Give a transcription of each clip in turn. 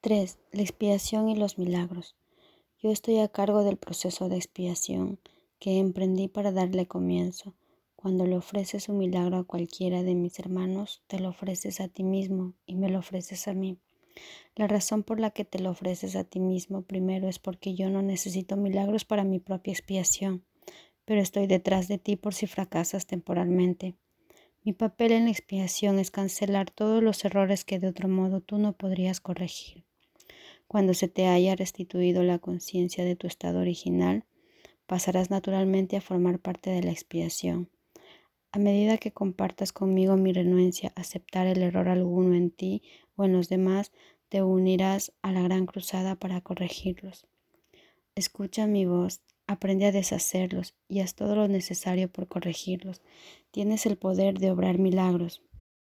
3. La expiación y los milagros. Yo estoy a cargo del proceso de expiación que emprendí para darle comienzo. Cuando le ofreces un milagro a cualquiera de mis hermanos, te lo ofreces a ti mismo y me lo ofreces a mí. La razón por la que te lo ofreces a ti mismo primero es porque yo no necesito milagros para mi propia expiación, pero estoy detrás de ti por si fracasas temporalmente. Mi papel en la expiación es cancelar todos los errores que de otro modo tú no podrías corregir. Cuando se te haya restituido la conciencia de tu estado original, pasarás naturalmente a formar parte de la expiación. A medida que compartas conmigo mi renuencia a aceptar el error alguno en ti o en los demás, te unirás a la gran cruzada para corregirlos. Escucha mi voz, aprende a deshacerlos y haz todo lo necesario por corregirlos. Tienes el poder de obrar milagros.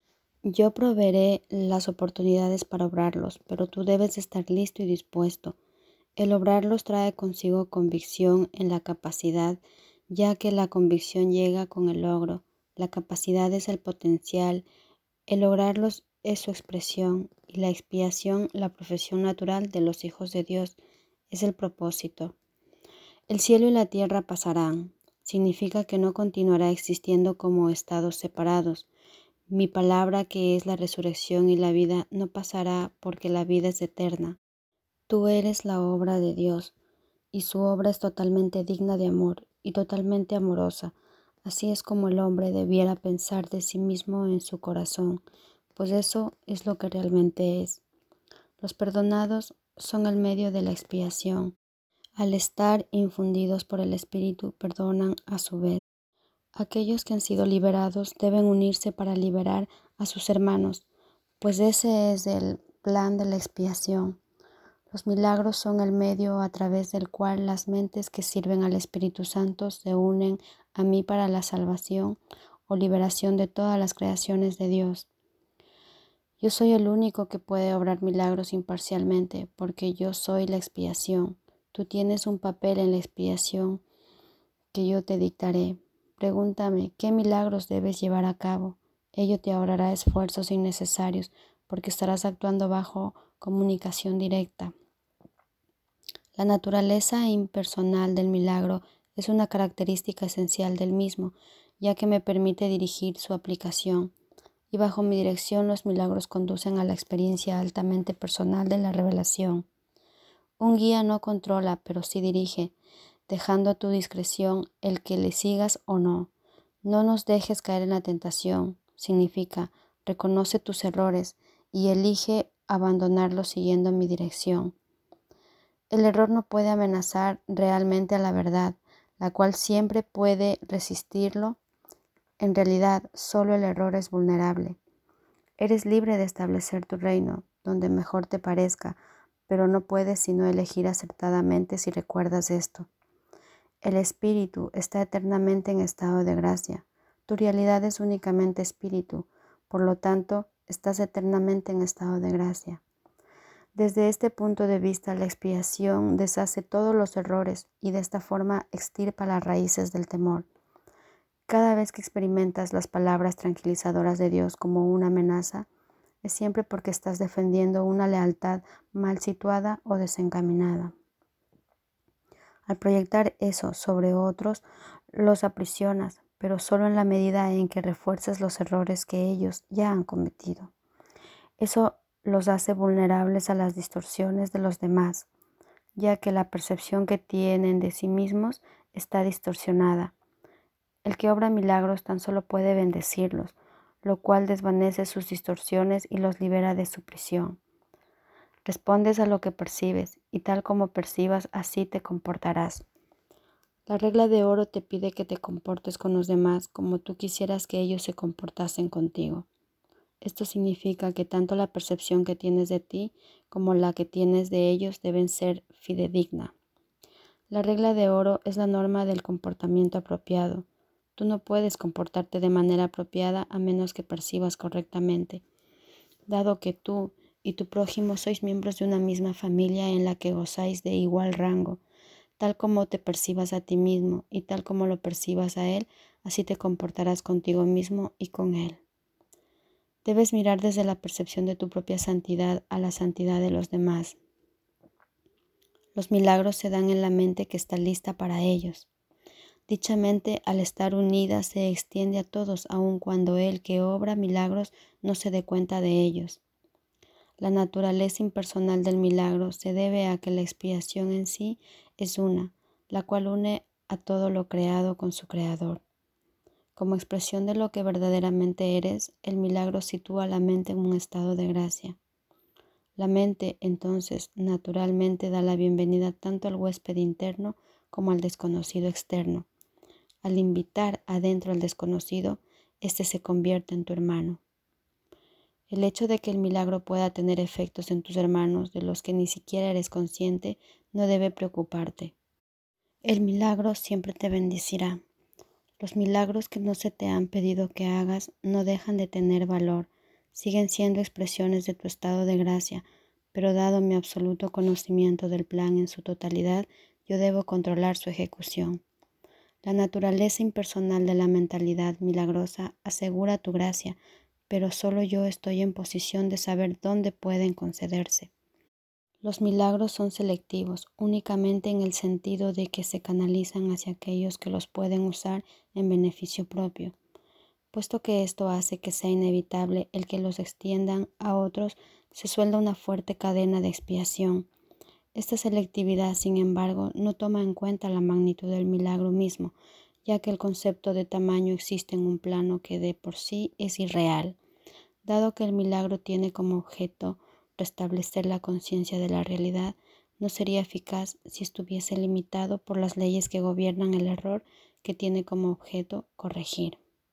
Yo proveeré las oportunidades para obrarlos, pero tú debes estar listo y dispuesto. El obrarlos trae consigo convicción en la capacidad, ya que la convicción llega con el logro. La capacidad es el potencial, el lograrlos es su expresión y la expiación la profesión natural de los hijos de Dios, es el propósito. El cielo y la tierra pasarán. Significa que no continuará existiendo como estados separados. Mi palabra, que es la resurrección y la vida, no pasará porque la vida es eterna. Tú eres la obra de Dios, y su obra es totalmente digna de amor y totalmente amorosa. Así es como el hombre debiera pensar de sí mismo en su corazón, pues eso es lo que realmente es. Los perdonados son el medio de la expiación. Al estar infundidos por el Espíritu, perdonan a su vez. Aquellos que han sido liberados deben unirse para liberar a sus hermanos, pues ese es el plan de la expiación. Los milagros son el medio a través del cual las mentes que sirven al Espíritu Santo se unen a mí para la salvación o liberación de todas las creaciones de Dios. Yo soy el único que puede obrar milagros imparcialmente, porque yo soy la expiación. Tú tienes un papel en la expiación que yo te dictaré. Pregúntame, ¿qué milagros debes llevar a cabo? Ello te ahorrará esfuerzos innecesarios, porque estarás actuando bajo comunicación directa. La naturaleza impersonal del milagro es una característica esencial del mismo, ya que me permite dirigir su aplicación, y bajo mi dirección los milagros conducen a la experiencia altamente personal de la revelación. Un guía no controla, pero sí dirige, dejando a tu discreción el que le sigas o no. No nos dejes caer en la tentación, significa, reconoce tus errores y elige abandonarlos siguiendo mi dirección. El error no puede amenazar realmente a la verdad, la cual siempre puede resistirlo. En realidad, solo el error es vulnerable. Eres libre de establecer tu reino donde mejor te parezca, pero no puedes sino elegir acertadamente si recuerdas esto. El espíritu está eternamente en estado de gracia. Tu realidad es únicamente espíritu, por lo tanto, estás eternamente en estado de gracia. Desde este punto de vista, la expiación deshace todos los errores y de esta forma extirpa las raíces del temor. Cada vez que experimentas las palabras tranquilizadoras de Dios como una amenaza, es siempre porque estás defendiendo una lealtad mal situada o desencaminada. Al proyectar eso sobre otros, los aprisionas, pero solo en la medida en que refuerzas los errores que ellos ya han cometido. Eso los hace vulnerables a las distorsiones de los demás, ya que la percepción que tienen de sí mismos está distorsionada. El que obra milagros tan solo puede bendecirlos, lo cual desvanece sus distorsiones y los libera de su prisión. Respondes a lo que percibes, y tal como percibas, así te comportarás. La regla de oro te pide que te comportes con los demás como tú quisieras que ellos se comportasen contigo. Esto significa que tanto la percepción que tienes de ti como la que tienes de ellos deben ser fidedigna. La regla de oro es la norma del comportamiento apropiado. Tú no puedes comportarte de manera apropiada a menos que percibas correctamente. Dado que tú y tu prójimo sois miembros de una misma familia en la que gozáis de igual rango, tal como te percibas a ti mismo y tal como lo percibas a él, así te comportarás contigo mismo y con él. Debes mirar desde la percepción de tu propia santidad a la santidad de los demás. Los milagros se dan en la mente que está lista para ellos. Dicha mente, al estar unida, se extiende a todos, aun cuando el que obra milagros no se dé cuenta de ellos. La naturaleza impersonal del milagro se debe a que la expiación en sí es una, la cual une a todo lo creado con su creador. Como expresión de lo que verdaderamente eres, el milagro sitúa la mente en un estado de gracia. La mente, entonces, naturalmente da la bienvenida tanto al huésped interno como al desconocido externo. Al invitar adentro al desconocido, éste se convierte en tu hermano. El hecho de que el milagro pueda tener efectos en tus hermanos de los que ni siquiera eres consciente no debe preocuparte. El milagro siempre te bendecirá. Los milagros que no se te han pedido que hagas no dejan de tener valor, siguen siendo expresiones de tu estado de gracia, pero dado mi absoluto conocimiento del plan en su totalidad, yo debo controlar su ejecución. La naturaleza impersonal de la mentalidad milagrosa asegura tu gracia, pero solo yo estoy en posición de saber dónde pueden concederse. Los milagros son selectivos, únicamente en el sentido de que se canalizan hacia aquellos que los pueden usar en beneficio propio. Puesto que esto hace que sea inevitable el que los extiendan a otros, se suelda una fuerte cadena de expiación. Esta selectividad, sin embargo, no toma en cuenta la magnitud del milagro mismo, ya que el concepto de tamaño existe en un plano que de por sí es irreal. Dado que el milagro tiene como objeto restablecer la conciencia de la realidad, no sería eficaz si estuviese limitado por las leyes que gobiernan el error que tiene como objeto corregir.